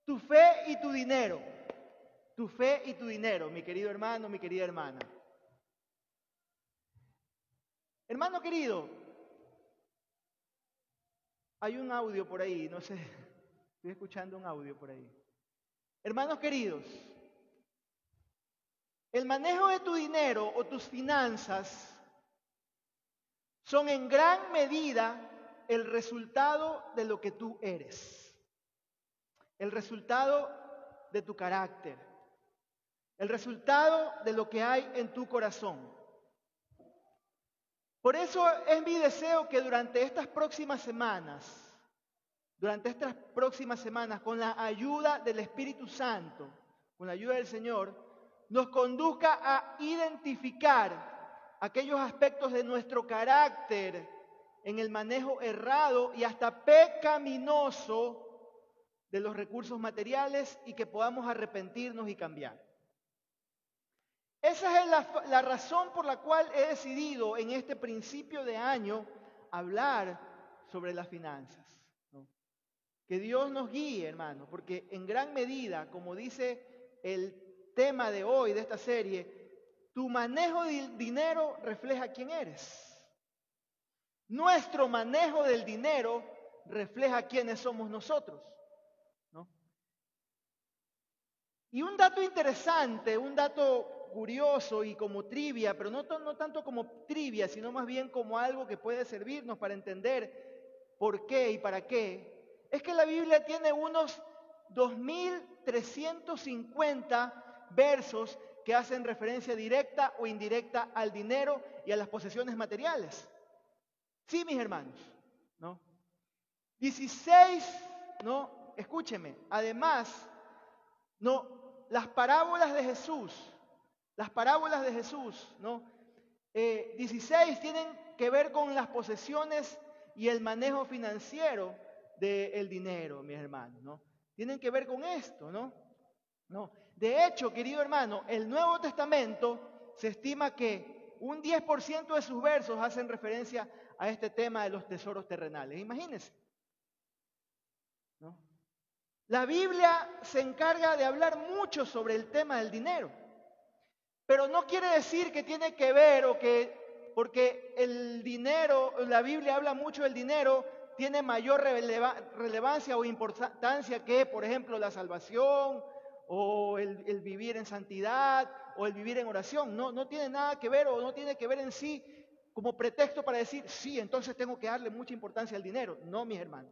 Tu fe y tu dinero. Tu fe y tu dinero, mi querido hermano, mi querida hermana. Hermano querido, hay un audio por ahí, no sé, estoy escuchando un audio por ahí. Hermanos queridos, el manejo de tu dinero o tus finanzas son en gran medida el resultado de lo que tú eres, el resultado de tu carácter, el resultado de lo que hay en tu corazón. Por eso es mi deseo que durante estas próximas semanas, con la ayuda del Espíritu Santo, con la ayuda del Señor, nos conduzca a identificar aquellos aspectos de nuestro carácter en el manejo errado y hasta pecaminoso de los recursos materiales y que podamos arrepentirnos y cambiar. Esa es la razón por la cual he decidido en este principio de año hablar sobre las finanzas, ¿no? Que Dios nos guíe, hermano, porque en gran medida, como dice el tema de hoy, de esta serie, tu manejo del dinero refleja quién eres. Nuestro manejo del dinero refleja quiénes somos nosotros, ¿no? Y un dato interesante, un dato curioso y como trivia, pero no tanto como trivia, sino más bien como algo que puede servirnos para entender por qué y para qué, es que la Biblia tiene unos 2350 versos que hacen referencia directa o indirecta al dinero y a las posesiones materiales. Sí, mis hermanos, ¿no? 16, ¿no? Escúcheme, además, ¿no? Las parábolas de Jesús, ¿no? 16 tienen que ver con las posesiones y el manejo financiero del dinero, mis hermanos, ¿no? Tienen que ver con esto, ¿no? ¿No? De hecho, querido hermano, el Nuevo Testamento se estima que un 10% de sus versos hacen referencia a este tema de los tesoros terrenales. Imagínense, ¿no? La Biblia se encarga de hablar mucho sobre el tema del dinero, pero no quiere decir que tiene que ver porque el dinero, la Biblia habla mucho del dinero, tiene mayor relevancia o importancia que, por ejemplo, la salvación o el vivir en santidad o el vivir en oración. No tiene nada que ver o no tiene que ver en sí como pretexto para decir, sí, entonces tengo que darle mucha importancia al dinero. No, mis hermanos.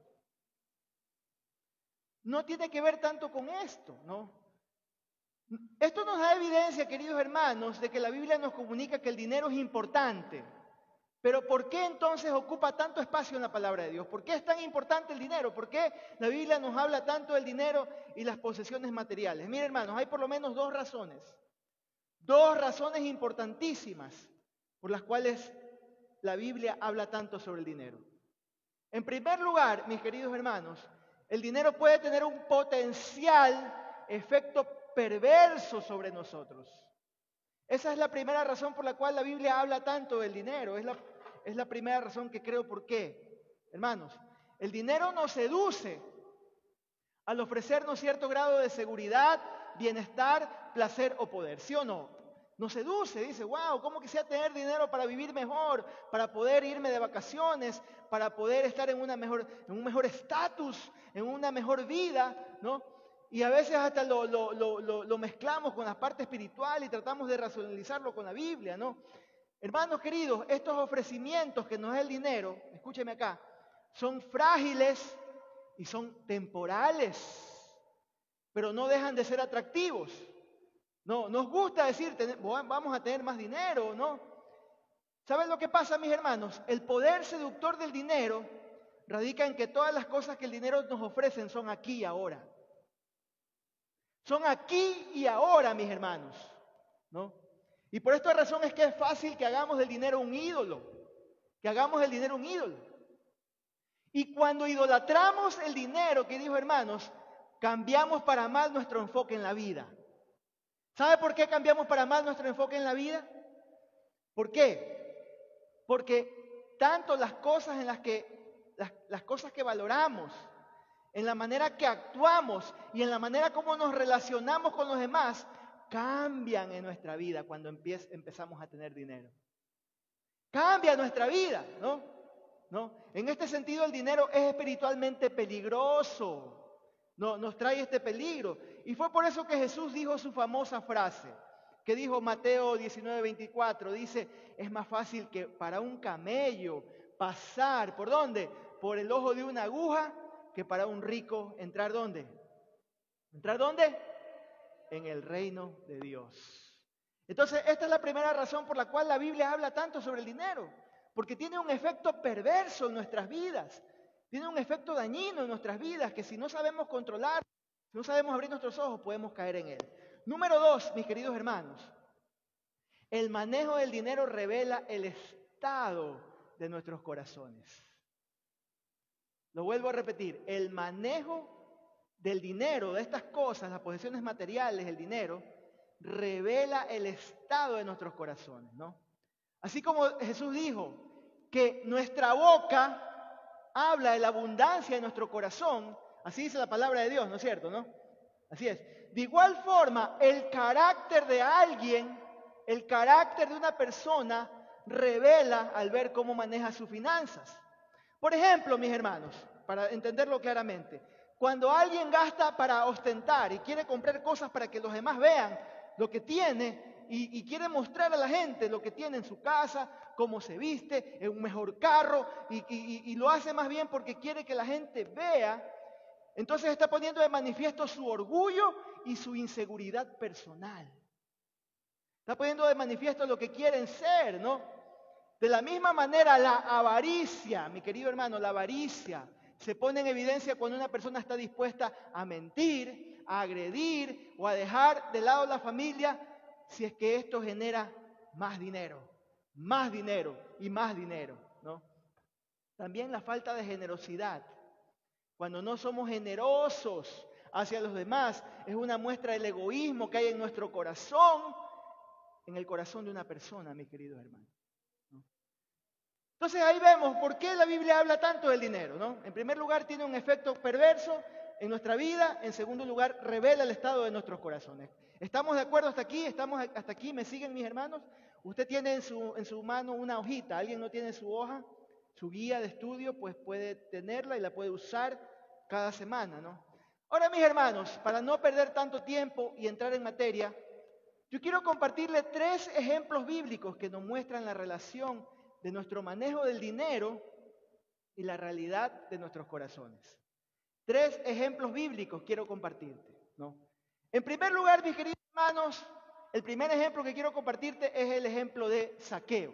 No tiene que ver tanto con esto, ¿no? Esto nos da evidencia, queridos hermanos, de que la Biblia nos comunica que el dinero es importante. Pero ¿por qué entonces ocupa tanto espacio en la palabra de Dios? ¿Por qué es tan importante el dinero? ¿Por qué la Biblia nos habla tanto del dinero y las posesiones materiales? Miren, hermanos, hay por lo menos dos razones importantísimas por las cuales la Biblia habla tanto sobre el dinero. En primer lugar, mis queridos hermanos, el dinero puede tener un potencial efecto perverso sobre nosotros. Esa es la primera razón por la cual la Biblia habla tanto del dinero. Es la primera razón que creo por qué. Hermanos, el dinero nos seduce al ofrecernos cierto grado de seguridad, bienestar, placer o poder. ¿Sí o no? Nos seduce, dice, wow, ¿cómo quisiera tener dinero para vivir mejor, para poder irme de vacaciones, para poder estar en un mejor estatus, en una mejor vida, ¿no? Y a veces hasta lo mezclamos con la parte espiritual y tratamos de racionalizarlo con la Biblia, ¿no? Hermanos queridos, estos ofrecimientos que nos da el dinero, escúcheme acá, son frágiles y son temporales, pero no dejan de ser atractivos. No, nos gusta decir, vamos a tener más dinero, ¿no? ¿Saben lo que pasa, mis hermanos? El poder seductor del dinero radica en que todas las cosas que el dinero nos ofrece son aquí y ahora. Son aquí y ahora, mis hermanos, ¿no? Y por esta razón es que es fácil que hagamos del dinero un ídolo, Y cuando idolatramos el dinero, queridos hermanos, cambiamos para mal nuestro enfoque en la vida. ¿Sabe por qué cambiamos para mal nuestro enfoque en la vida? ¿Por qué? Porque tanto las cosas que valoramos, en la manera que actuamos y en la manera como nos relacionamos con los demás, cambian en nuestra vida cuando empezamos a tener dinero. Cambia nuestra vida, ¿no? En este sentido, el dinero es espiritualmente peligroso. No, nos trae este peligro. Y fue por eso que Jesús dijo su famosa frase, que dijo Mateo 19:24, dice, es más fácil que para un camello pasar, ¿por dónde? Por el ojo de una aguja, que para un rico entrar, ¿dónde? ¿Entrar dónde? En el reino de Dios. Entonces, esta es la primera razón por la cual la Biblia habla tanto sobre el dinero, porque tiene un efecto perverso en nuestras vidas, tiene un efecto dañino en nuestras vidas, que si no sabemos controlar, si no sabemos abrir nuestros ojos, podemos caer en él. Número 2, mis queridos hermanos, el manejo del dinero revela el estado de nuestros corazones. Lo vuelvo a repetir, el manejo del dinero, de estas cosas, las posesiones materiales, el dinero, revela el estado de nuestros corazones, ¿no? Así como Jesús dijo que nuestra boca habla de la abundancia de nuestro corazón, así dice la palabra de Dios, ¿no es cierto, no? Así es. De igual forma, el carácter de alguien, el carácter de una persona, revela al ver cómo maneja sus finanzas. Por ejemplo, mis hermanos, para entenderlo claramente, cuando alguien gasta para ostentar y quiere comprar cosas para que los demás vean lo que tiene y quiere mostrar a la gente lo que tiene en su casa, cómo se viste, en un mejor carro y lo hace más bien porque quiere que la gente vea, entonces está poniendo de manifiesto su orgullo y su inseguridad personal. Está poniendo de manifiesto lo que quieren ser, ¿no? De la misma manera, la avaricia, mi querido hermano, la avaricia se pone en evidencia cuando una persona está dispuesta a mentir, a agredir o a dejar de lado la familia si es que esto genera más dinero y más dinero, ¿no? También la falta de generosidad. Cuando no somos generosos hacia los demás, es una muestra del egoísmo que hay en nuestro corazón, en el corazón de una persona, mis queridos hermanos. Entonces ahí vemos por qué la Biblia habla tanto del dinero, ¿no? En primer lugar, tiene un efecto perverso en nuestra vida. En segundo lugar, revela el estado de nuestros corazones. ¿Estamos de acuerdo hasta aquí? ¿Estamos hasta aquí? ¿Me siguen, mis hermanos? Usted tiene en su mano una hojita. ¿Alguien no tiene su hoja? Su guía de estudio, pues puede tenerla y la puede usar cada semana, ¿no? Ahora, mis hermanos, para no perder tanto tiempo y entrar en materia, yo quiero compartirle 3 ejemplos bíblicos que nos muestran la relación de nuestro manejo del dinero y la realidad de nuestros corazones. 3 ejemplos bíblicos quiero compartirte, ¿no? En primer lugar, mis queridos hermanos, el primer ejemplo que quiero compartirte es el ejemplo de Zaqueo.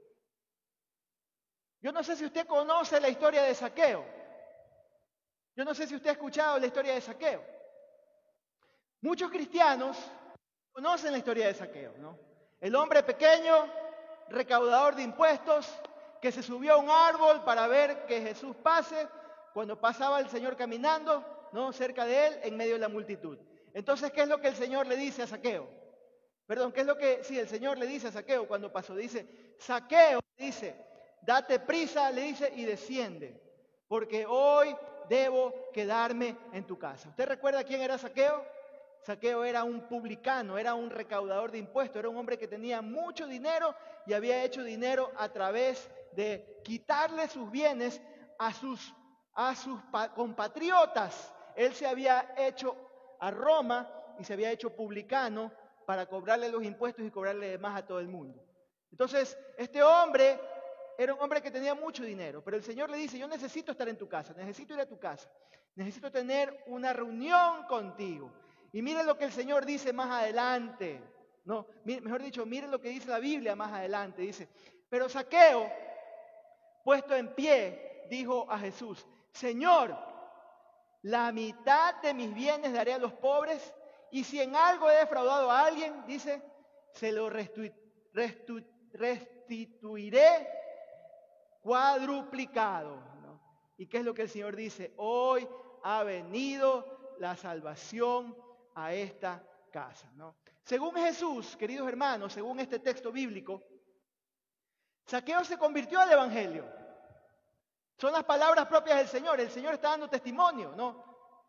Yo no sé si usted conoce la historia de Zaqueo. Yo no sé si usted ha escuchado la historia de Zaqueo. Muchos cristianos conocen la historia de Zaqueo, ¿no? El hombre pequeño, recaudador de impuestos, que se subió a un árbol para ver que Jesús pase, cuando pasaba el Señor caminando, ¿no? Cerca de él, en medio de la multitud. Entonces, ¿qué es lo que el Señor le dice a Zaqueo? Perdón, ¿qué es lo que el Señor le dice a Zaqueo cuando pasó? Dice, Zaqueo, dice, date prisa, le dice, y desciende, porque hoy debo quedarme en tu casa. ¿Usted recuerda quién era Zaqueo? Zaqueo era un publicano, era un recaudador de impuestos, era un hombre que tenía mucho dinero y había hecho dinero a través de quitarle sus bienes a sus compatriotas. Él se había hecho a Roma y se había hecho publicano para cobrarle los impuestos y cobrarle más a todo el mundo. Entonces, este hombre era un hombre que tenía mucho dinero, pero el Señor le dice, yo necesito estar en tu casa, necesito ir a tu casa, necesito tener una reunión contigo. Y miren lo que el Señor dice más adelante, no, mejor dicho, miren lo que dice la Biblia más adelante. Dice, pero Zaqueo, puesto en pie, dijo a Jesús, Señor, la mitad de mis bienes daré a los pobres, y si en algo he defraudado a alguien, dice, se lo restituiré cuadruplicado, ¿no? ¿Y qué es lo que el Señor dice? Hoy ha venido la salvación a esta casa, ¿no? Según Jesús, queridos hermanos, según este texto bíblico, Zaqueo se convirtió al Evangelio. Son las palabras propias del Señor. El Señor está dando testimonio, ¿no?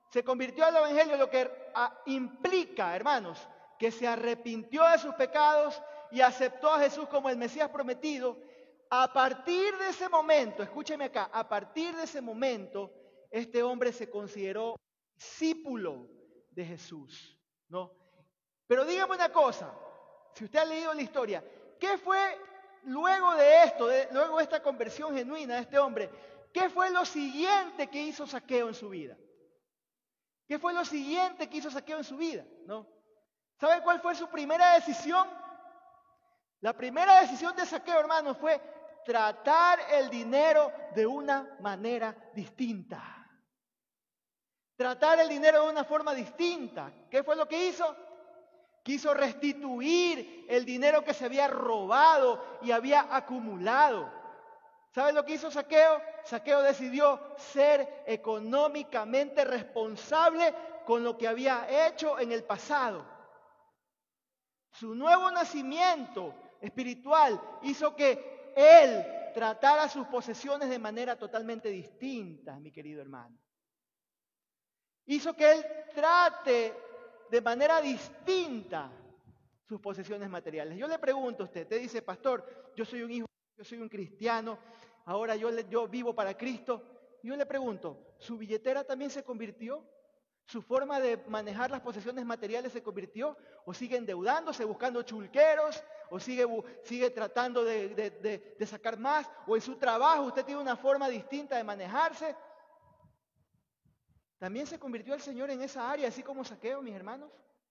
se convirtió al Evangelio, lo que implica, hermanos, que se arrepintió de sus pecados y aceptó a Jesús como el Mesías prometido. A partir de ese momento, escúcheme acá, a partir de ese momento, este hombre se consideró discípulo de Jesús, ¿no? Pero dígame una cosa, si usted ha leído la historia, ¿qué fue luego de esto, luego de esta conversión genuina de este hombre? ¿Qué fue lo siguiente que hizo Zaqueo en su vida? ¿Qué fue lo siguiente que hizo Zaqueo en su vida? ¿No? ¿Sabe cuál fue su primera decisión? La primera decisión de Zaqueo, hermanos, fue tratar el dinero de una manera distinta. Tratar el dinero de una forma distinta. ¿Qué fue lo que hizo? Quiso restituir el dinero que se había robado y había acumulado. ¿Sabe lo que hizo Zaqueo? Zaqueo decidió ser económicamente responsable con lo que había hecho en el pasado. Su nuevo nacimiento espiritual hizo que él tratara sus posesiones de manera totalmente distinta, mi querido hermano. Hizo que él trate de manera distinta sus posesiones materiales. Yo le pregunto a usted dice, pastor, yo soy un hijo, yo soy un cristiano, ahora yo vivo para Cristo. Yo le pregunto, ¿su billetera también se convirtió? ¿Su forma de manejar las posesiones materiales se convirtió? ¿O sigue endeudándose, buscando chulqueros? ¿O sigue tratando de sacar más? ¿O en su trabajo usted tiene una forma distinta de manejarse? ¿También se convirtió el Señor en esa área, así como Zaqueo, mis hermanos?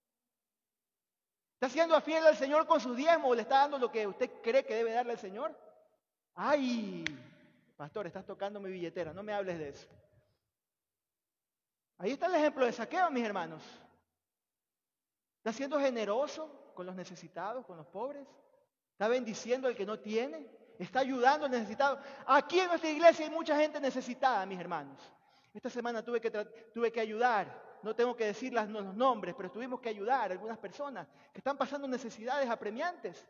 ¿Está siendo fiel al Señor con sus diezmos o le está dando lo que usted cree que debe darle al Señor? ¡Ay! Pastor, estás tocando mi billetera, no me hables de eso. Ahí está el ejemplo de Zaqueo, mis hermanos. ¿Está siendo generoso con los necesitados, con los pobres? ¿Está bendiciendo al que no tiene? ¿Está ayudando al necesitado? Aquí en nuestra iglesia hay mucha gente necesitada, mis hermanos. Esta semana tuve que ayudar. No tengo que decir los nombres, pero tuvimos que ayudar a algunas personas que están pasando necesidades apremiantes.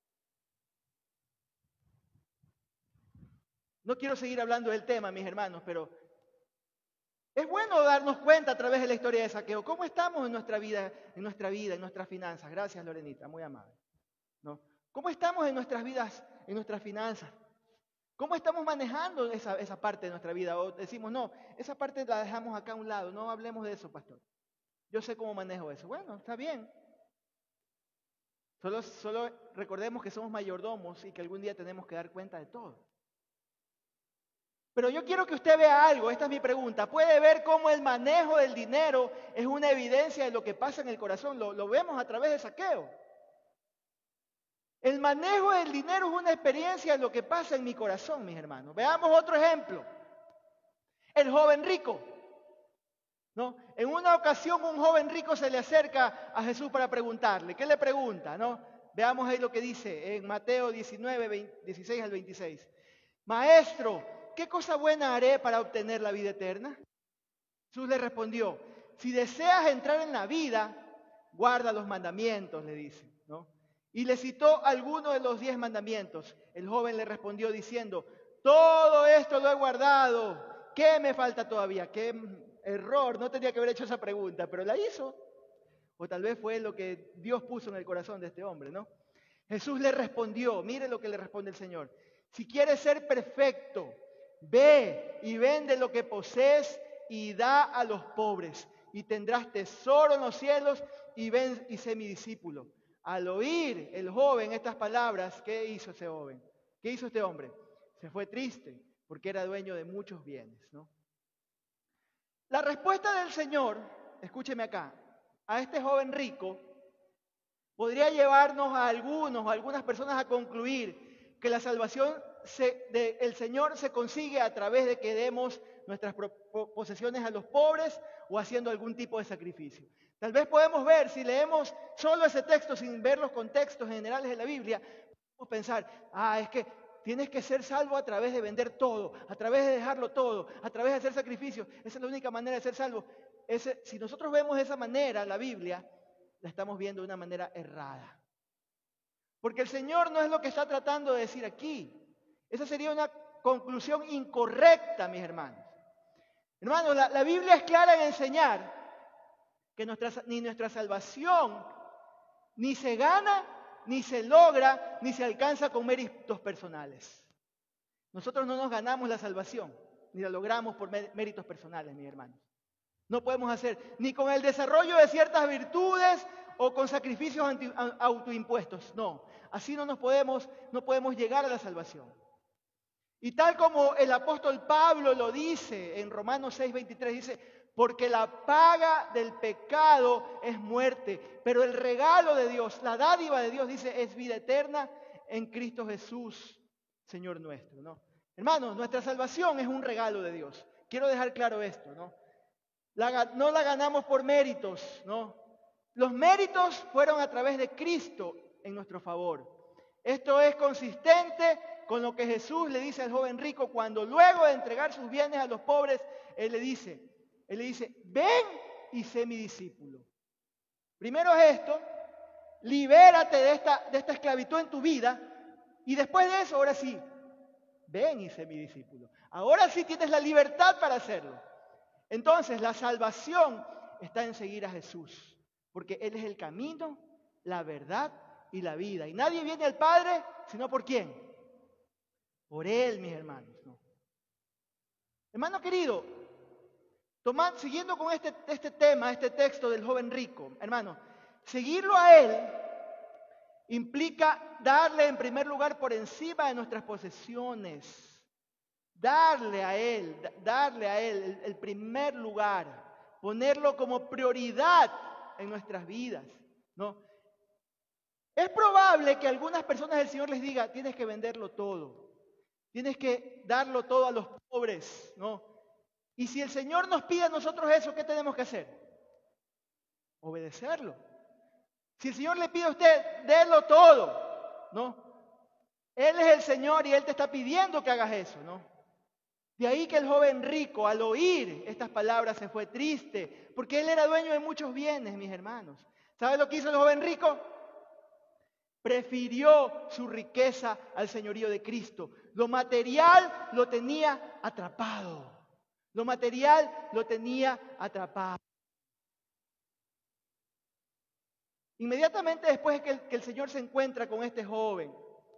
No quiero seguir hablando del tema, mis hermanos, pero es bueno darnos cuenta a través de la historia de Zaqueo cómo estamos en nuestra vida, en nuestras finanzas. Gracias, Lorenita, muy amable. ¿No? ¿Cómo estamos en nuestras vidas, en nuestras finanzas? ¿Cómo estamos manejando esa parte de nuestra vida? O decimos, no, esa parte la dejamos acá a un lado, no hablemos de eso, pastor. Yo sé cómo manejo eso. Bueno, está bien. Solo recordemos que somos mayordomos y que algún día tenemos que dar cuenta de todo. Pero yo quiero que usted vea algo, esta es mi pregunta. ¿Puede ver cómo el manejo del dinero es una evidencia de lo que pasa en el corazón? Lo vemos a través de Zaqueo. El manejo del dinero es una experiencia de lo que pasa en mi corazón, mis hermanos. Veamos otro ejemplo. El joven rico. ¿No? En una ocasión un joven rico se le acerca a Jesús para preguntarle. ¿Qué le pregunta? ¿No? Veamos ahí lo que dice en Mateo 19, 16 al 26. Maestro, ¿qué cosa buena haré para obtener la vida eterna? Jesús le respondió, si deseas entrar en la vida, guarda los mandamientos, le dice, ¿no? Y le citó algunos de los 10 mandamientos. El joven le respondió diciendo, todo esto lo he guardado, ¿qué me falta todavía? ¿Qué error? No tenía que haber hecho esa pregunta, pero la hizo. O tal vez fue lo que Dios puso en el corazón de este hombre, ¿no? Jesús le respondió, mire lo que le responde el Señor. Si quieres ser perfecto, ve y vende lo que posees y da a los pobres, y tendrás tesoro en los cielos, y ven y sé mi discípulo. Al oír el joven estas palabras, ¿qué hizo ese joven? ¿Qué hizo este hombre? Se fue triste, porque era dueño de muchos bienes, ¿no? La respuesta del Señor, escúcheme acá, a este joven rico, podría llevarnos a algunas personas a concluir que la salvación del Señor se consigue a través de que demos nuestras posesiones a los pobres o haciendo algún tipo de sacrificio. Tal vez podemos ver, si leemos solo ese texto sin ver los contextos generales de la Biblia, podemos pensar, es que tienes que ser salvo a través de vender todo, a través de dejarlo todo, a través de hacer sacrificios. Esa es la única manera de ser salvo. Si nosotros vemos de esa manera la Biblia, la estamos viendo de una manera errada. Porque el Señor no es lo que está tratando de decir aquí. Esa sería una conclusión incorrecta, mis hermanos. Hermanos, la Biblia es clara en enseñar que ni nuestra salvación ni se gana, ni se logra, ni se alcanza con méritos personales. Nosotros no nos ganamos la salvación, ni la logramos por méritos personales, mis hermanos. No podemos hacer ni con el desarrollo de ciertas virtudes o con sacrificios autoimpuestos. No, así no podemos llegar a la salvación. Y tal como el apóstol Pablo lo dice en Romanos 6:23, dice, porque la paga del pecado es muerte, pero el regalo de Dios, la dádiva de Dios, dice, es vida eterna en Cristo Jesús, Señor nuestro, ¿no? Hermanos, nuestra salvación es un regalo de Dios. Quiero dejar claro esto, ¿no? No la ganamos por méritos, ¿no? Los méritos fueron a través de Cristo en nuestro favor. Esto es consistente con lo que Jesús le dice al joven rico cuando luego de entregar sus bienes a los pobres, Él le dice, ven y sé mi discípulo. Primero es esto, libérate de esta esclavitud en tu vida y después de eso, ahora sí, ven y sé mi discípulo. Ahora sí tienes la libertad para hacerlo. Entonces la salvación está en seguir a Jesús, porque Él es el camino, la verdad y la vida. Y nadie viene al Padre sino por ¿quién? Por Él, mis hermanos, ¿no? Hermano querido, siguiendo con este tema, este texto del joven rico, hermano, seguirlo a Él implica darle en primer lugar por encima de nuestras posesiones. Darle a Él el primer lugar, ponerlo como prioridad en nuestras vidas, ¿no? Es probable que algunas personas el Señor les diga, tienes que venderlo todo, tienes que darlo todo a los pobres, ¿no? Y si el Señor nos pide a nosotros eso, ¿qué tenemos que hacer? Obedecerlo. Si el Señor le pide a usted, délo todo, ¿no? Él es el Señor y Él te está pidiendo que hagas eso, ¿no? De ahí que el joven rico, al oír estas palabras, se fue triste, porque él era dueño de muchos bienes, mis hermanos. ¿Sabe lo que hizo el joven rico? Prefirió su riqueza al señorío de Cristo. Lo material lo tenía atrapado. Lo material lo tenía atrapado. Inmediatamente después de que el Señor se encuentra con este joven,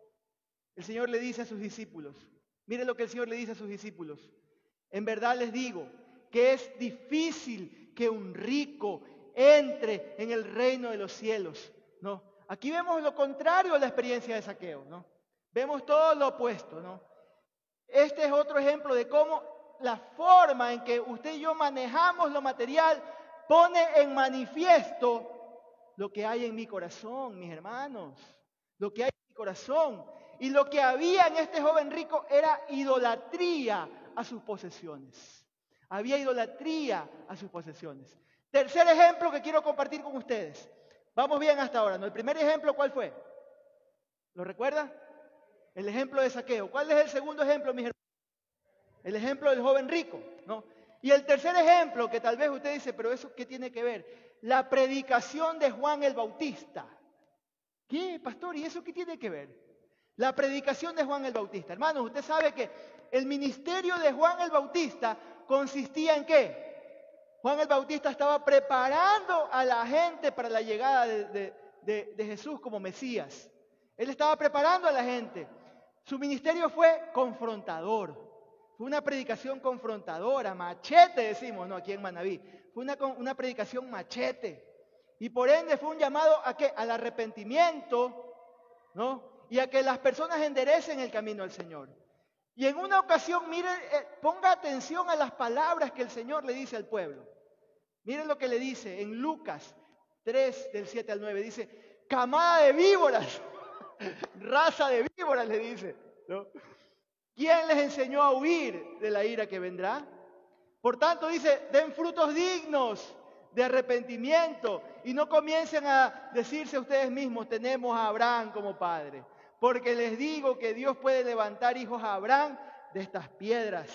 el Señor le dice a sus discípulos, miren lo que el Señor le dice a sus discípulos. En verdad les digo que es difícil que un rico entre en el reino de los cielos, ¿no? Aquí vemos lo contrario a la experiencia de Zaqueo, ¿no? Vemos todo lo opuesto, ¿no? Este es otro ejemplo de cómo la forma en que usted y yo manejamos lo material pone en manifiesto lo que hay en mi corazón, mis hermanos. Lo que hay en mi corazón. Y lo que había en este joven rico era idolatría a sus posesiones. Había idolatría a sus posesiones. Tercer ejemplo que quiero compartir con ustedes. Vamos bien hasta ahora, ¿no? El primer ejemplo, ¿cuál fue? ¿Lo recuerda? El ejemplo de Zaqueo. ¿Cuál es el segundo ejemplo, mis hermanos? El ejemplo del joven rico, ¿no? Y el tercer ejemplo, que tal vez usted dice, pero ¿eso qué tiene que ver? La predicación de Juan el Bautista. ¿Qué, pastor? ¿Y eso qué tiene que ver? La predicación de Juan el Bautista. Hermanos, usted sabe que el ministerio de Juan el Bautista consistía en ¿qué? Juan el Bautista estaba preparando a la gente para la llegada de Jesús como Mesías. Él estaba preparando a la gente. Su ministerio fue confrontador. Fue una predicación confrontadora, machete decimos, ¿no? Aquí en Manabí. Fue una predicación machete. Y por ende fue un llamado ¿a qué? Al arrepentimiento, ¿no? Y a que las personas enderecen el camino al Señor. Y en una ocasión, miren, ponga atención a las palabras que el Señor le dice al pueblo. Miren lo que le dice en Lucas 3, del 7 al 9. Dice, camada de víboras, raza de víboras, le dice, ¿no? ¿Quién les enseñó a huir de la ira que vendrá? Por tanto, dice, den frutos dignos de arrepentimiento y no comiencen a decirse a ustedes mismos, tenemos a Abraham como padre. Porque les digo que Dios puede levantar hijos a Abraham de estas piedras.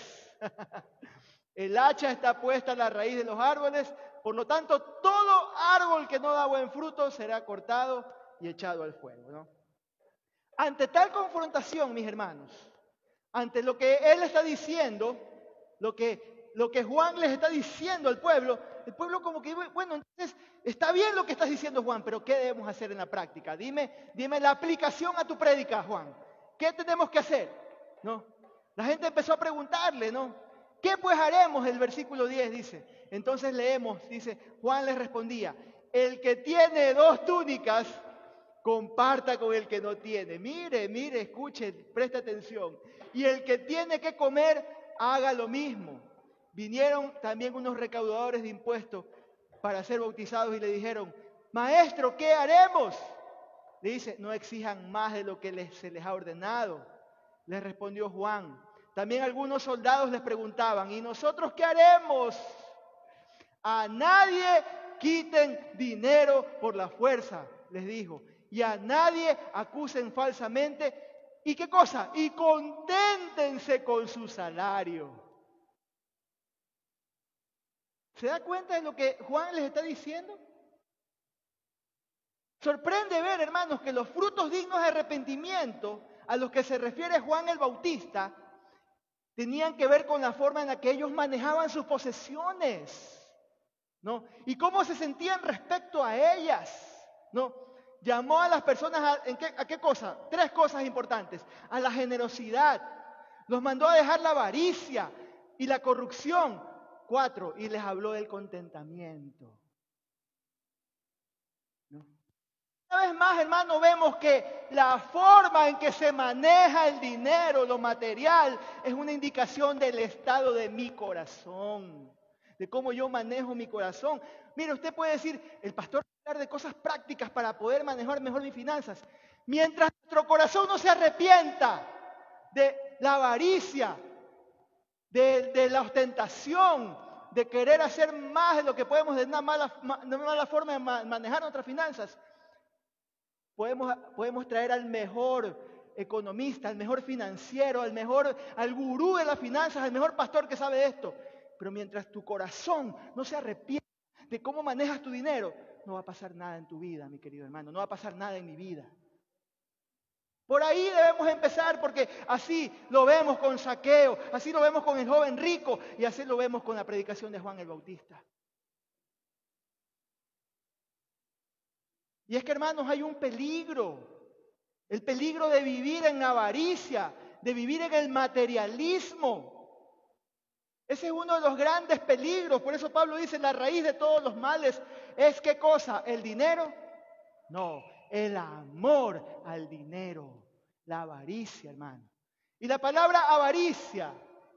El hacha está puesta a la raíz de los árboles, por lo tanto, todo árbol que no da buen fruto será cortado y echado al fuego, ¿no? Ante tal confrontación, mis hermanos, ante lo que él está diciendo, lo que lo que Juan les está diciendo al pueblo, el pueblo como que, bueno, entonces está bien lo que estás diciendo, Juan, pero ¿qué debemos hacer en la práctica? Dime la aplicación a tu prédica, Juan. ¿Qué tenemos que hacer? ¿No? La gente empezó a preguntarle, ¿no? ¿Qué pues haremos? El versículo 10 dice. Entonces leemos, dice, Juan les respondía, el que tiene 2 túnicas, comparta con el que no tiene. Mire, escuche, preste atención. Y el que tiene que comer, haga lo mismo. Vinieron también unos recaudadores de impuestos para ser bautizados y le dijeron, maestro, ¿qué haremos? Le dice, no exijan más de lo que se les ha ordenado. Les respondió Juan. También algunos soldados les preguntaban, ¿y nosotros qué haremos? A nadie quiten dinero por la fuerza, les dijo. Y a nadie acusen falsamente. ¿Y qué cosa? Y conténtense con su salario. ¿Se da cuenta de lo que Juan les está diciendo? Sorprende ver, hermanos, que los frutos dignos de arrepentimiento a los que se refiere Juan el Bautista tenían que ver con la forma en la que ellos manejaban sus posesiones, ¿no? Y cómo se sentían respecto a ellas, ¿no? Llamó a las personas ¿a qué cosa? 3 cosas importantes. A la generosidad. Los mandó a dejar la avaricia y la corrupción. 4. Y les habló del contentamiento. ¿No? Una vez más, hermano, vemos que la forma en que se maneja el dinero, lo material, es una indicación del estado de mi corazón, de cómo yo manejo mi corazón. Mire, usted puede decir, el pastor va a hablar de cosas prácticas para poder manejar mejor mis finanzas. Mientras nuestro corazón no se arrepienta de la avaricia, de la ostentación, de querer hacer más de lo que podemos, de una mala forma de manejar nuestras finanzas, podemos traer al mejor economista, al mejor financiero, al gurú de las finanzas, al mejor pastor que sabe de esto. Pero mientras tu corazón no se arrepienta de cómo manejas tu dinero, no va a pasar nada en tu vida, mi querido hermano, no va a pasar nada en mi vida. Por ahí debemos empezar, porque así lo vemos con Zaqueo, así lo vemos con el joven rico y así lo vemos con la predicación de Juan el Bautista. Y es que, hermanos, hay un peligro, el peligro de vivir en avaricia, de vivir en el materialismo. Ese es uno de los grandes peligros, por eso Pablo dice, la raíz de todos los males es ¿qué cosa? ¿El dinero? No, el amor al dinero, la avaricia, hermano. Y la palabra avaricia,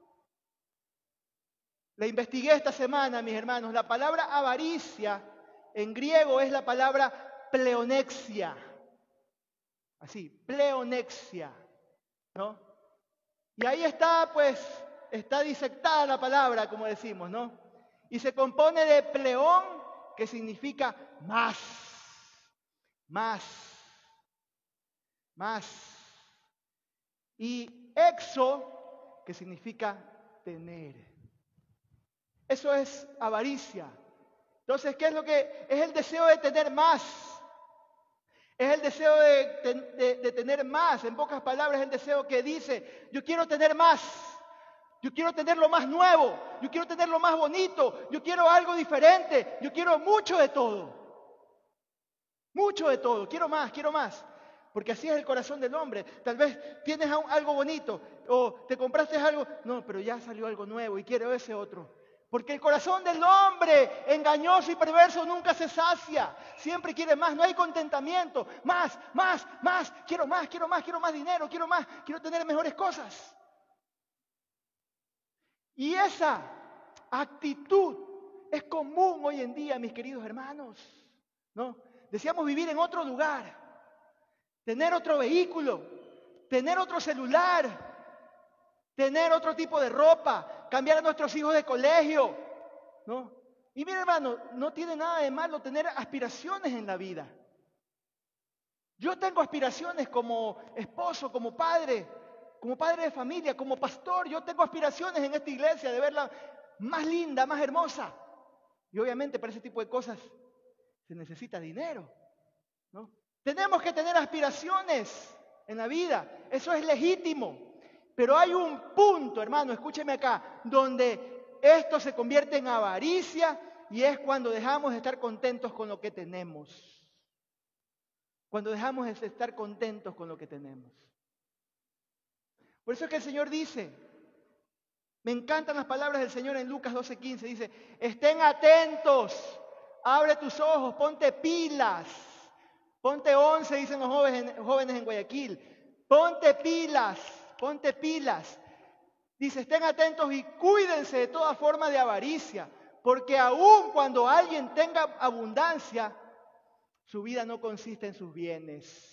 la investigué esta semana, mis hermanos, la palabra avaricia en griego es la palabra pleonexia, así, pleonexia, ¿no? Y ahí está, pues, está disectada la palabra, como decimos, ¿no? Y se compone de pleón, que significa más, y exo, que significa tener. Eso es avaricia. Entonces, ¿qué es lo que? Es el deseo de tener más. Es el deseo de tener más. En pocas palabras, es el deseo que dice, yo quiero tener más. Yo quiero tener lo más nuevo. Yo quiero tener lo más bonito. Yo quiero algo diferente. Yo quiero mucho de todo. Mucho de todo. Quiero más, quiero más. Porque así es el corazón del hombre. Tal vez tienes algo bonito o te compraste algo. No, pero ya salió algo nuevo y quiero ese otro. Porque el corazón del hombre, engañoso y perverso, nunca se sacia. Siempre quiere más, no hay contentamiento. Más. Quiero más dinero, quiero tener mejores cosas. Y esa actitud es común hoy en día, mis queridos hermanos, ¿no? Deseamos vivir en otro lugar, tener otro vehículo, tener otro celular, tener otro tipo de ropa, cambiar a nuestros hijos de colegio, ¿no? Y mira, hermano, no tiene nada de malo tener aspiraciones en la vida. Yo tengo aspiraciones como esposo, como padre de familia, como pastor. Yo tengo aspiraciones en esta iglesia de verla más linda, más hermosa. Y obviamente para ese tipo de cosas se necesita dinero, ¿no? Tenemos que tener aspiraciones en la vida. Eso es legítimo. Pero hay un punto, hermano, escúcheme acá, donde esto se convierte en avaricia y es cuando dejamos de estar contentos con lo que tenemos. Cuando dejamos de estar contentos con lo que tenemos. Por eso es que el Señor dice, me encantan las palabras del Señor en Lucas 12:15, dice, estén atentos, abre tus ojos, ponte pilas, ponte 11, dicen los jóvenes en Guayaquil, ponte pilas, ponte pilas. Dice, estén atentos y cuídense de toda forma de avaricia, porque aun cuando alguien tenga abundancia, su vida no consiste en sus bienes.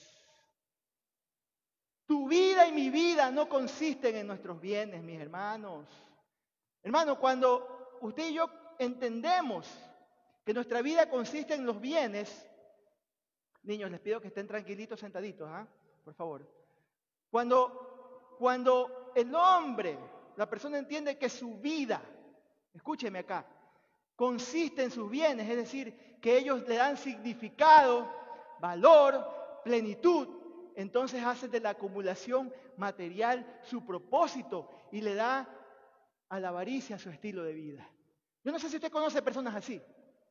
Tu vida y mi vida no consisten en nuestros bienes, mis hermanos. Hermano, cuando usted y yo entendemos que nuestra vida consiste en los bienes, niños, les pido que estén tranquilitos, sentaditos, por favor. Cuando el hombre, la persona entiende que su vida, escúcheme acá, consiste en sus bienes, es decir, que ellos le dan significado, valor, plenitud, entonces hace de la acumulación material su propósito y le da a la avaricia su estilo de vida. Yo no sé si usted conoce personas así,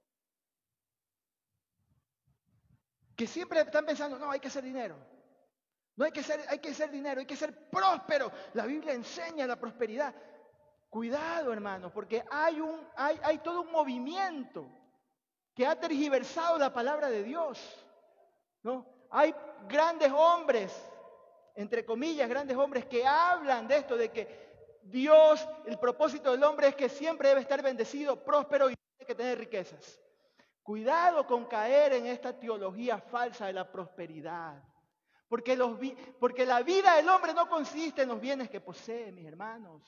que siempre están pensando, no, hay que hacer dinero. No hay que hacer dinero, hay que ser próspero. La Biblia enseña la prosperidad. Cuidado, hermanos, porque hay todo un movimiento que ha tergiversado la palabra de Dios, ¿no? Hay grandes hombres, entre comillas, grandes hombres que hablan de esto, de que Dios, el propósito del hombre es que siempre debe estar bendecido, próspero y tiene que tener riquezas. Cuidado con caer en esta teología falsa de la prosperidad. Porque la vida del hombre no consiste en los bienes que posee, mis hermanos.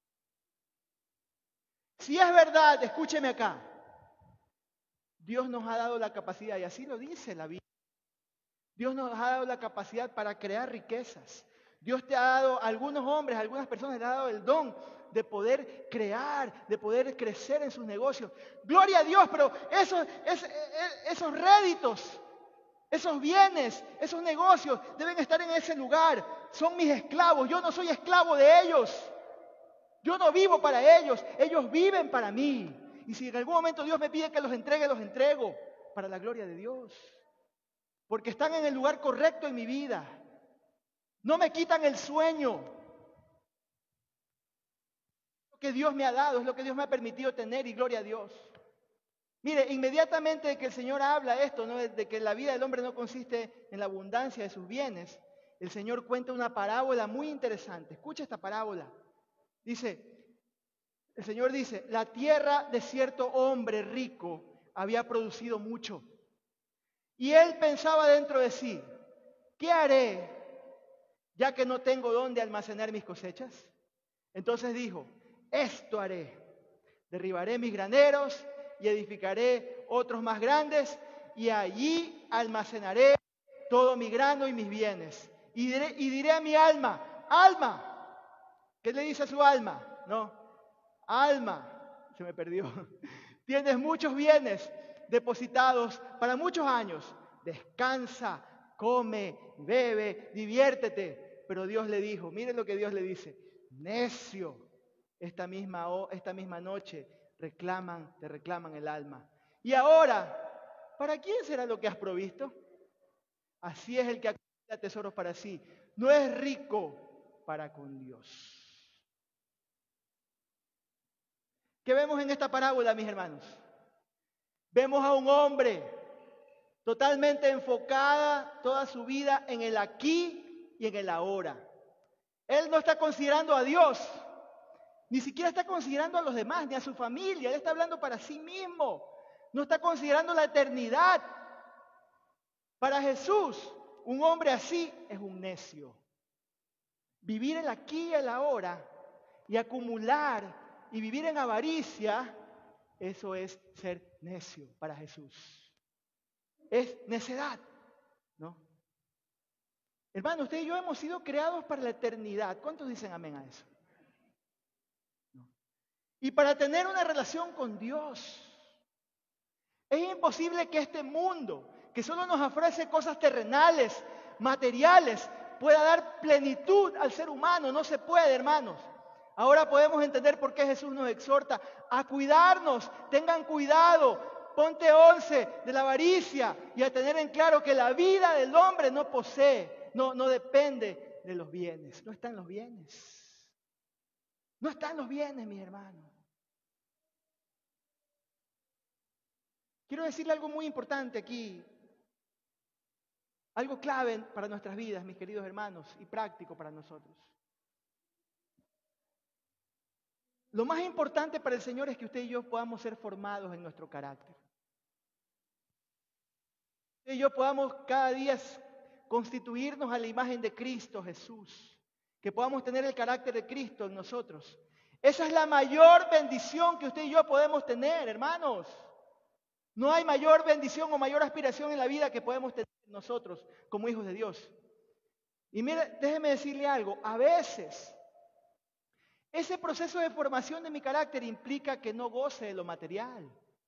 Si es verdad, escúcheme acá, Dios nos ha dado la capacidad, y así lo dice la Biblia, Dios nos ha dado la capacidad para crear riquezas. Dios te ha dado, a algunos hombres, a algunas personas le ha dado el don de poder crear, de poder crecer en sus negocios. Gloria a Dios, pero esos réditos, esos bienes, esos negocios deben estar en ese lugar. Son mis esclavos, yo no soy esclavo de ellos. Yo no vivo para ellos, ellos viven para mí. Y si en algún momento Dios me pide que los entrego para la gloria de Dios. Porque están en el lugar correcto en mi vida. No me quitan el sueño. Lo que Dios me ha dado, es lo que Dios me ha permitido tener y gloria a Dios. Mire, inmediatamente de que el Señor habla esto, ¿no? De que la vida del hombre no consiste en la abundancia de sus bienes, el Señor cuenta una parábola muy interesante. Escucha esta parábola. El Señor dice, la tierra de cierto hombre rico había producido mucho. Y él pensaba dentro de sí, ¿qué haré ya que no tengo dónde almacenar mis cosechas? Entonces dijo, esto haré, derribaré mis graneros y edificaré otros más grandes y allí almacenaré todo mi grano y mis bienes. Y diré a mi alma, alma, ¿qué le dice a su alma? No, alma, se me perdió. Tienes muchos bienes depositados para muchos años. Descansa, come, bebe, diviértete. Pero Dios le dijo, miren lo que Dios le dice, necio, esta misma noche te reclaman el alma. Y ahora, ¿para quién será lo que has provisto? Así es el que acumula tesoros para sí. No es rico para con Dios. ¿Qué vemos en esta parábola, mis hermanos? Vemos a un hombre totalmente enfocada toda su vida en el aquí y en el ahora. Él no está considerando a Dios, ni siquiera está considerando a los demás, ni a su familia. Él está hablando para sí mismo. No está considerando la eternidad. Para Jesús, un hombre así es un necio. Vivir el aquí y el ahora y acumular y vivir en avaricia, eso es ser necio para Jesús. Es necedad, ¿no? Hermano, usted y yo hemos sido creados para la eternidad. ¿Cuántos dicen amén a eso? ¿No? Y para tener una relación con Dios. Es imposible que este mundo, que solo nos ofrece cosas terrenales, materiales, pueda dar plenitud al ser humano. No se puede, hermanos. Ahora podemos entender por qué Jesús nos exhorta a cuidarnos. Tengan cuidado, ponte 11 de la avaricia y a tener en claro que la vida del hombre no posee, no depende de los bienes. No está en los bienes. No está en los bienes, mis hermanos. Quiero decirle algo muy importante aquí. Algo clave para nuestras vidas, mis queridos hermanos, y práctico para nosotros. Lo más importante para el Señor es que usted y yo podamos ser formados en nuestro carácter. Usted y yo podamos cada día constituirnos a la imagen de Cristo Jesús. Que podamos tener el carácter de Cristo en nosotros. Esa es la mayor bendición que usted y yo podemos tener, hermanos. No hay mayor bendición o mayor aspiración en la vida que podemos tener nosotros como hijos de Dios. Y mire, déjeme decirle algo. A veces ese proceso de formación de mi carácter implica que no goce de lo material.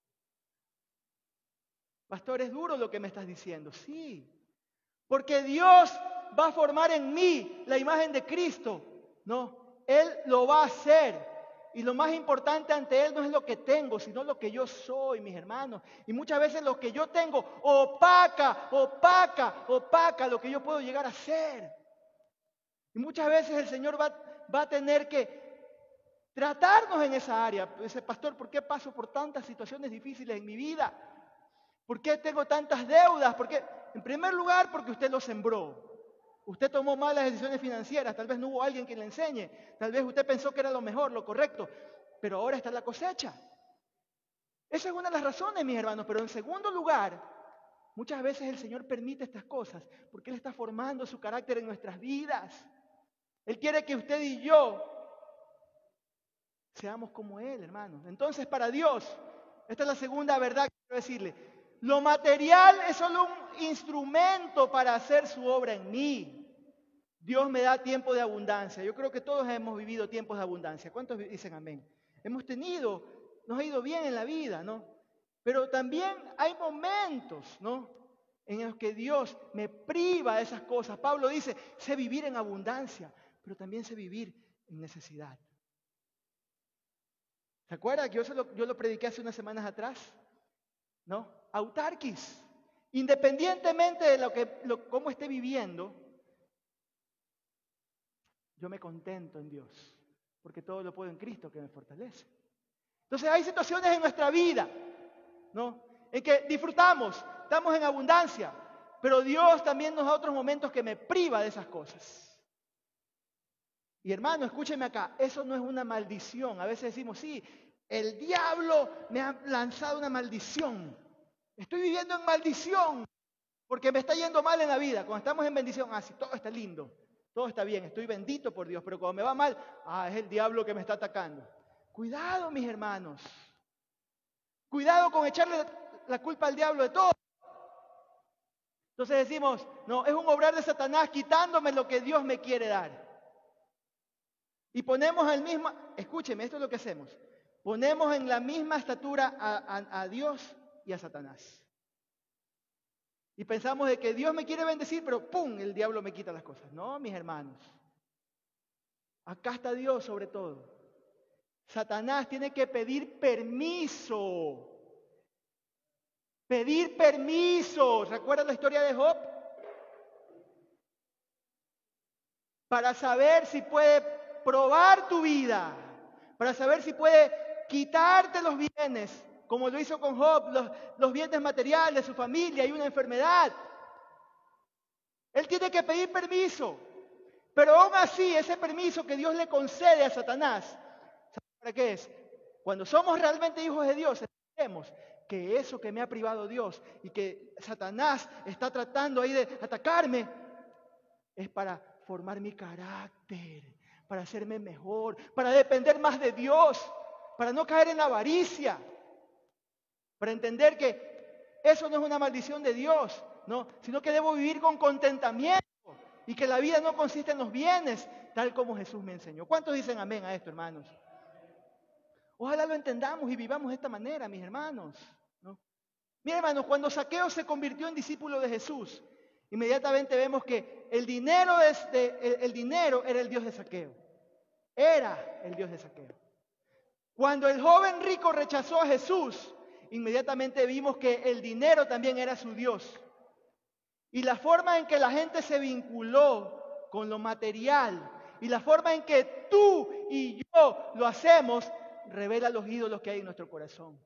Pastor, es duro lo que me estás diciendo. Sí, porque Dios va a formar en mí la imagen de Cristo. No, Él lo va a hacer. Y lo más importante ante Él no es lo que tengo, sino lo que yo soy, mis hermanos. Y muchas veces lo que yo tengo opaca lo que yo puedo llegar a ser. Y muchas veces el Señor va a tener que tratarnos en esa área. Dice, pastor, ¿por qué paso por tantas situaciones difíciles en mi vida? ¿Por qué tengo tantas deudas? ¿Por qué? En primer lugar, porque usted lo sembró. Usted tomó malas decisiones financieras. Tal vez no hubo alguien que le enseñe. Tal vez usted pensó que era lo mejor, lo correcto. Pero ahora está la cosecha. Esa es una de las razones, mis hermanos. Pero en segundo lugar, muchas veces el Señor permite estas cosas porque Él está formando su carácter en nuestras vidas. Él quiere que usted y yo seamos como Él, hermanos. Entonces, para Dios, esta es la segunda verdad que quiero decirle. Lo material es solo un instrumento para hacer su obra en mí. Dios me da tiempo de abundancia. Yo creo que todos hemos vivido tiempos de abundancia. ¿Cuántos dicen amén? Nos ha ido bien en la vida, ¿no? Pero también hay momentos, ¿no?, en los que Dios me priva de esas cosas. Pablo dice, sé vivir en abundancia, pero también sé vivir en necesidad. ¿Se acuerda que yo lo prediqué hace unas semanas atrás? ¿No? Autarquis. Independientemente de cómo esté viviendo, yo me contento en Dios, porque todo lo puedo en Cristo que me fortalece. Entonces hay situaciones en nuestra vida, ¿no?, en que disfrutamos, estamos en abundancia, pero Dios también nos da otros momentos que me priva de esas cosas. Y hermano, escúcheme acá, eso no es una maldición. A veces decimos, sí, el diablo me ha lanzado una maldición. Estoy viviendo en maldición porque me está yendo mal en la vida. Cuando estamos en bendición, sí, todo está lindo, todo está bien, estoy bendito por Dios. Pero cuando me va mal, es el diablo que me está atacando. Cuidado, mis hermanos. Cuidado con echarle la culpa al diablo de todo. Entonces decimos, no, es un obrar de Satanás quitándome lo que Dios me quiere dar. Y ponemos escúcheme, esto es lo que hacemos. Ponemos en la misma estatura a Dios y a Satanás. Y pensamos de que Dios me quiere bendecir, pero ¡pum!, el diablo me quita las cosas. No, mis hermanos. Acá está Dios sobre todo. Satanás tiene que pedir permiso. Pedir permiso. ¿Recuerdan la historia de Job? Para saber si puede probar tu vida, para saber si puede quitarte los bienes, como lo hizo con Job, los bienes materiales, su familia y una enfermedad. Él tiene que pedir permiso, pero aún así ese permiso que Dios le concede a Satanás, ¿sabe para qué es? Cuando somos realmente hijos de Dios, entendemos que eso que me ha privado Dios y que Satanás está tratando ahí de atacarme, es para formar mi carácter, para hacerme mejor, para depender más de Dios, para no caer en la avaricia, para entender que eso no es una maldición de Dios, ¿no?, sino que debo vivir con contentamiento y que la vida no consiste en los bienes, tal como Jesús me enseñó. ¿Cuántos dicen amén a esto, hermanos? Ojalá lo entendamos y vivamos de esta manera, mis hermanos, ¿no? Mis hermanos, cuando Zaqueo se convirtió en discípulo de Jesús, inmediatamente vemos que el dinero era el Dios de Zaqueo. era el Dios de Zaqueo. Cuando el joven rico rechazó a Jesús, inmediatamente vimos que el dinero también era su Dios. Y la forma en que la gente se vinculó con lo material y la forma en que tú y yo lo hacemos revela los ídolos que hay en nuestro corazón.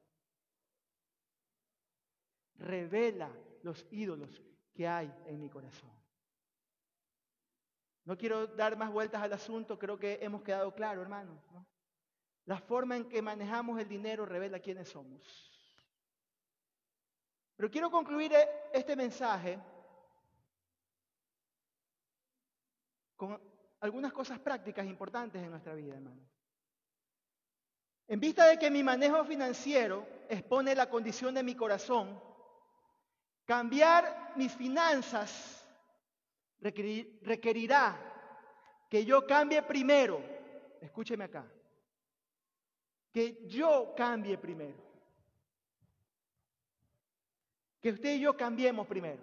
Revela los ídolos que hay en mi corazón. No quiero dar más vueltas al asunto, creo que hemos quedado claros, hermanos, ¿no? La forma en que manejamos el dinero revela quiénes somos. Pero quiero concluir este mensaje con algunas cosas prácticas importantes en nuestra vida, hermano. En vista de que mi manejo financiero expone la condición de mi corazón, cambiar mis finanzas requerirá que yo cambie primero. Escúcheme acá. Que yo cambie primero. Que usted y yo cambiemos primero.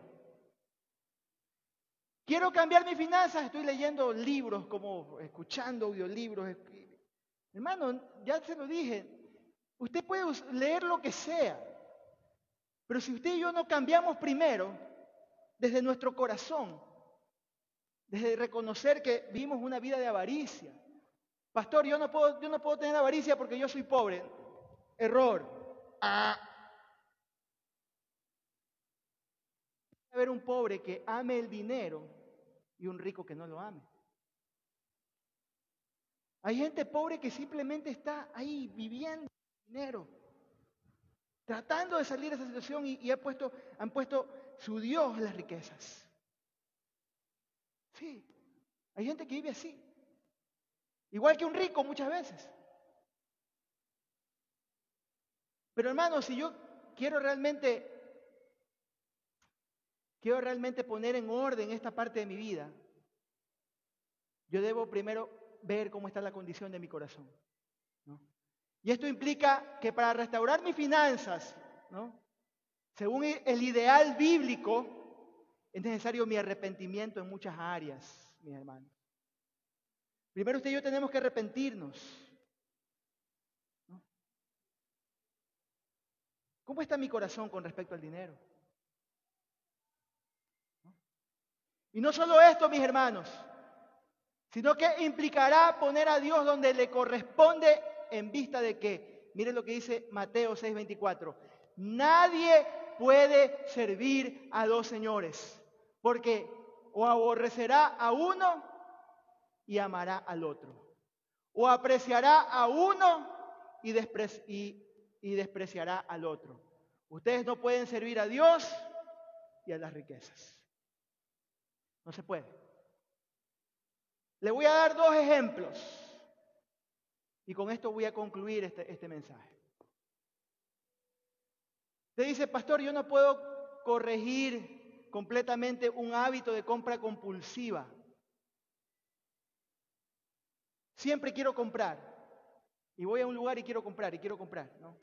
Quiero cambiar mis finanzas, estoy leyendo libros, como escuchando audiolibros. Hermano, ya se lo dije, usted puede leer lo que sea, pero si usted y yo no cambiamos primero, desde nuestro corazón, desde reconocer que vivimos una vida de avaricia. Pastor, yo no puedo tener avaricia porque yo soy pobre. Error. Debe haber un pobre que ame el dinero y un rico que no lo ame. Hay gente pobre que simplemente está ahí viviendo dinero, tratando de salir de esa situación y han puesto su Dios en las riquezas. Sí, hay gente que vive así. Igual que un rico muchas veces. Pero hermano, si yo quiero realmente poner en orden esta parte de mi vida, yo debo primero ver cómo está la condición de mi corazón, ¿no? Y esto implica que para restaurar mis finanzas, ¿no?, según el ideal bíblico, es necesario mi arrepentimiento en muchas áreas, mis hermanos. Primero usted y yo tenemos que arrepentirnos, ¿no? ¿Cómo está mi corazón con respecto al dinero? ¿No? Y no solo esto, mis hermanos, sino que implicará poner a Dios donde le corresponde en vista de que, miren lo que dice Mateo 6:24, nadie puede servir a dos señores, porque o aborrecerá a uno y amará al otro, o apreciará a uno y despreciará al otro. Ustedes no pueden servir a Dios y a las riquezas. No se puede. Le voy a dar dos ejemplos y con esto voy a concluir este mensaje. Usted dice, pastor, yo no puedo corregir completamente un hábito de compra compulsiva. Siempre quiero comprar y voy a un lugar y quiero comprar, ¿no?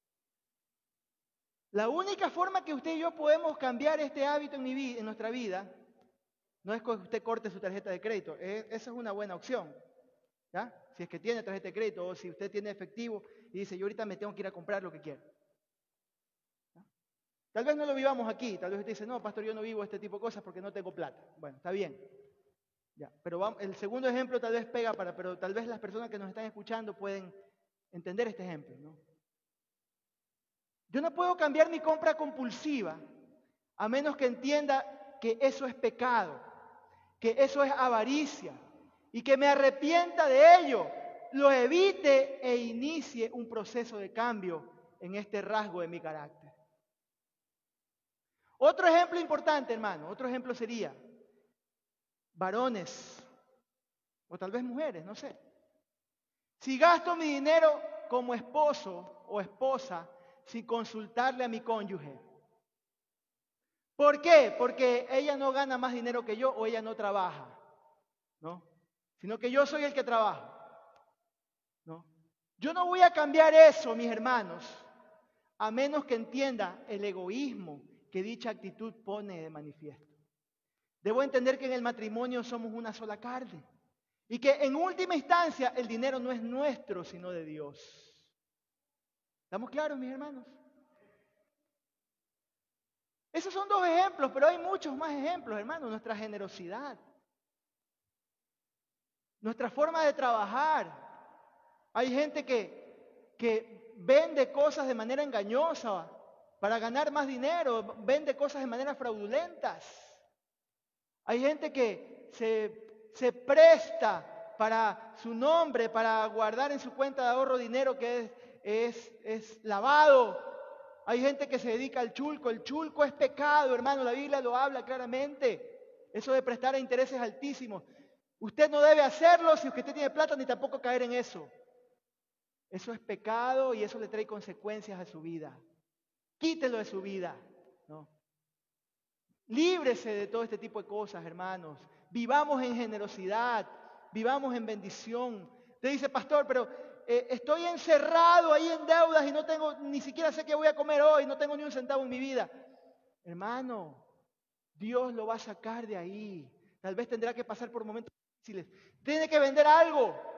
La única forma que usted y yo podemos cambiar este hábito en nuestra vida no es que usted corte su tarjeta de crédito. Esa es una buena opción, ¿ya? Si es que tiene tarjeta de crédito o si usted tiene efectivo y dice, yo ahorita me tengo que ir a comprar lo que quiero, ¿ya? Tal vez no lo vivamos aquí, tal vez usted dice, no, pastor, yo no vivo este tipo de cosas porque no tengo plata. Bueno, está bien, ya. Pero el segundo ejemplo tal vez pega pero tal vez las personas que nos están escuchando pueden entender este ejemplo, ¿no? Yo no puedo cambiar mi compra compulsiva a menos que entienda que eso es pecado, que eso es avaricia y que me arrepienta de ello, lo evite e inicie un proceso de cambio en este rasgo de mi carácter. Otro ejemplo importante, hermano, otro ejemplo sería varones o tal vez mujeres, no sé. Si gasto mi dinero como esposo o esposa sin consultarle a mi cónyuge. ¿Por qué? Porque ella no gana más dinero que yo o ella no trabaja, ¿no? Sino que yo soy el que trabaja, ¿no? Yo no voy a cambiar eso, mis hermanos, a menos que entienda el egoísmo que dicha actitud pone de manifiesto. Debo entender que en el matrimonio somos una sola carne Y que en última instancia el dinero no es nuestro, sino de Dios. ¿Estamos claros, mis hermanos? Esos son 2 ejemplos, pero hay muchos más ejemplos, hermanos. Nuestra generosidad, nuestra forma de trabajar. Hay gente que vende cosas de manera engañosa para ganar más dinero, vende cosas de manera fraudulentas. Hay gente que se presta para su nombre, para guardar en su cuenta de ahorro dinero que es lavado. Hay gente que se dedica al chulco. El chulco es pecado, hermano. La Biblia lo habla claramente. Eso de prestar a intereses altísimos. Usted no debe hacerlo si usted tiene plata, ni tampoco caer en eso. Eso es pecado y eso le trae consecuencias a su vida. Quítelo de su vida, ¿no? Líbrese de todo este tipo de cosas, hermanos. Vivamos en generosidad, vivamos en bendición. Te dice, pastor, pero estoy encerrado ahí en deudas y no tengo, ni siquiera sé qué voy a comer hoy, no tengo ni un centavo en mi vida. Hermano, Dios lo va a sacar de ahí. Tal vez tendrá que pasar por momentos difíciles. Tiene que vender algo.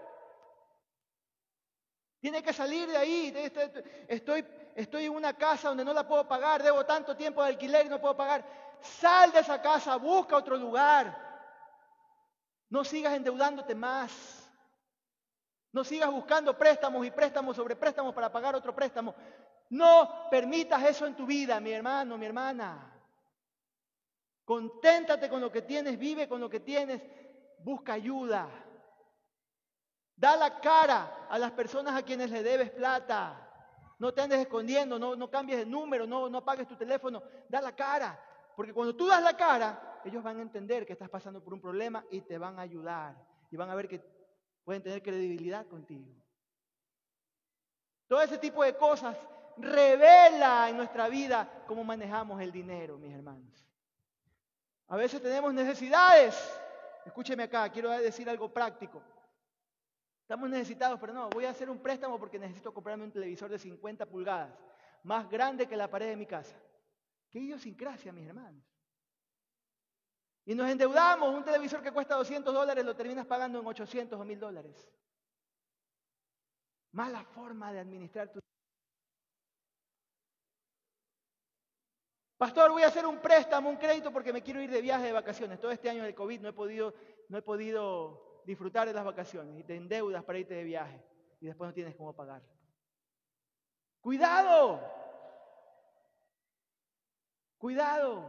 Tiene que salir de ahí. Estoy en una casa donde no la puedo pagar, debo tanto tiempo de alquiler y no puedo pagar. Sal de esa casa, busca otro lugar. No sigas endeudándote más. No sigas buscando préstamos y préstamos sobre préstamos para pagar otro préstamo. No permitas eso en tu vida, mi hermano, mi hermana. Conténtate con lo que tienes, vive con lo que tienes, busca ayuda. Da la cara a las personas a quienes le debes plata. No te andes escondiendo, no cambies de número, no apagues tu teléfono. Da la cara, porque cuando tú das la cara, ellos van a entender que estás pasando por un problema y te van a ayudar. Y van a ver que pueden tener credibilidad contigo. Todo ese tipo de cosas revela en nuestra vida cómo manejamos el dinero, mis hermanos. A veces tenemos necesidades. Escúcheme acá, quiero decir algo práctico. Estamos necesitados, pero no, voy a hacer un préstamo porque necesito comprarme un televisor de 50 pulgadas, más grande que la pared de mi casa. Qué idiosincrasia, mis hermanos. Y nos endeudamos, un televisor que cuesta $200 lo terminas pagando en 800 o $1000. Mala forma de administrar tu... Pastor, voy a hacer un préstamo, un crédito porque me quiero ir de viaje de vacaciones. Todo este año del COVID no he podido disfrutar de las vacaciones y te endeudas para irte de viaje y después no tienes cómo pagar. ¡Cuidado! ¡Cuidado!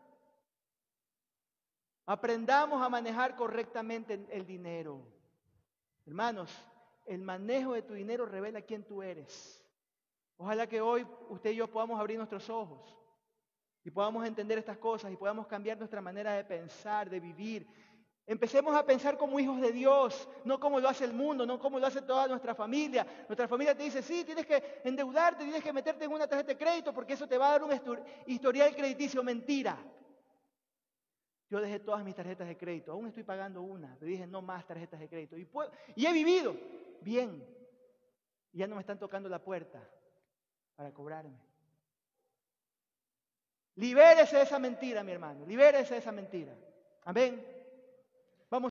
Aprendamos a manejar correctamente el dinero. Hermanos, el manejo de tu dinero revela quién tú eres. Ojalá que hoy usted y yo podamos abrir nuestros ojos y podamos entender estas cosas y podamos cambiar nuestra manera de pensar, de vivir. Empecemos a pensar como hijos de Dios, no como lo hace el mundo, no como lo hace toda nuestra familia. Nuestra familia te dice, sí, tienes que endeudarte, tienes que meterte en una tarjeta de crédito porque eso te va a dar un historial crediticio. Mentira. Yo dejé todas mis tarjetas de crédito, aún estoy pagando una. Le dije, no más tarjetas de crédito. Y he vivido bien. Y ya no me están tocando la puerta para cobrarme. Libérese de esa mentira, mi hermano. Libérese de esa mentira. Amén.